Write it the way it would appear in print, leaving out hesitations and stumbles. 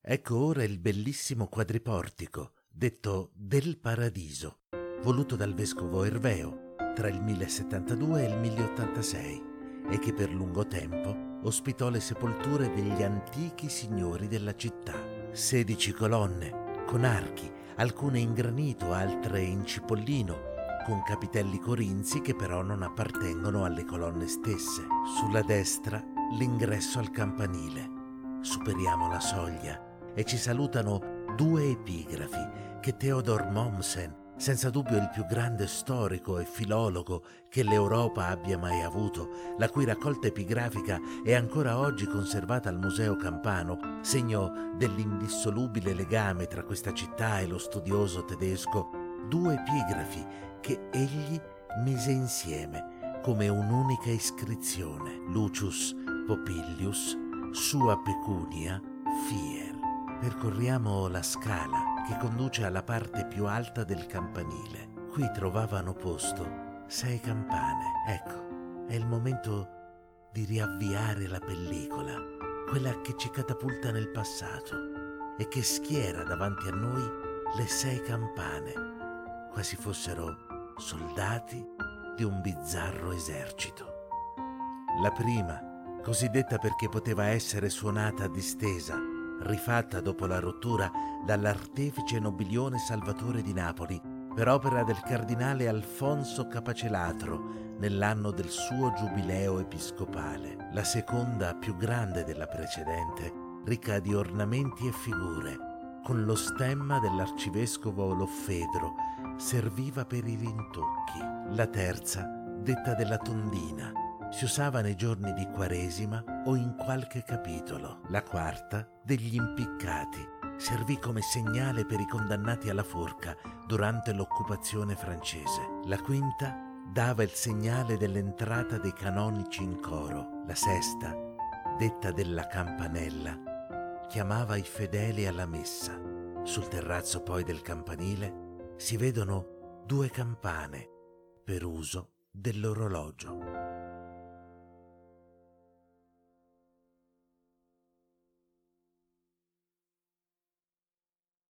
Ecco ora il bellissimo quadriportico, detto del Paradiso, voluto dal vescovo Erveo tra il 1072 e il 1086 e che per lungo tempo ospitò le sepolture degli antichi signori della città. 16 colonne, con archi, alcune in granito, altre in cipollino, con capitelli corinzi che però non appartengono alle colonne stesse. Sulla destra l'ingresso al campanile. Superiamo la soglia e ci salutano due epigrafi che Theodor Mommsen, senza dubbio il più grande storico e filologo che l'Europa abbia mai avuto, la cui raccolta epigrafica è ancora oggi conservata al Museo Campano, segno dell'indissolubile legame tra questa città e lo studioso tedesco, due epigrafi che egli mise insieme come un'unica iscrizione: Lucius Popillius, sua pecunia fier. Percorriamo la scala che conduce alla parte più alta del campanile. Qui trovavano posto 6 campane. Ecco, è il momento di riavviare la pellicola, quella che ci catapulta nel passato e che schiera davanti a noi le 6 campane, quasi fossero soldati di un bizzarro esercito. La prima, cosiddetta perché poteva essere suonata a distesa, rifatta dopo la rottura dall'artefice Nobilione Salvatore di Napoli per opera del cardinale Alfonso Capacelatro nell'anno del suo giubileo episcopale. La seconda, più grande della precedente, ricca di ornamenti e figure, con lo stemma dell'arcivescovo Loffedro, serviva per i rintocchi. La terza, detta della tondina, si usava nei giorni di Quaresima o in qualche capitolo. La quarta, degli impiccati, servì come segnale per i condannati alla forca durante l'occupazione francese. La quinta dava il segnale dell'entrata dei canonici in coro. La sesta, detta della campanella, chiamava i fedeli alla messa. Sul terrazzo poi del campanile si vedono 2 campane per uso dell'orologio.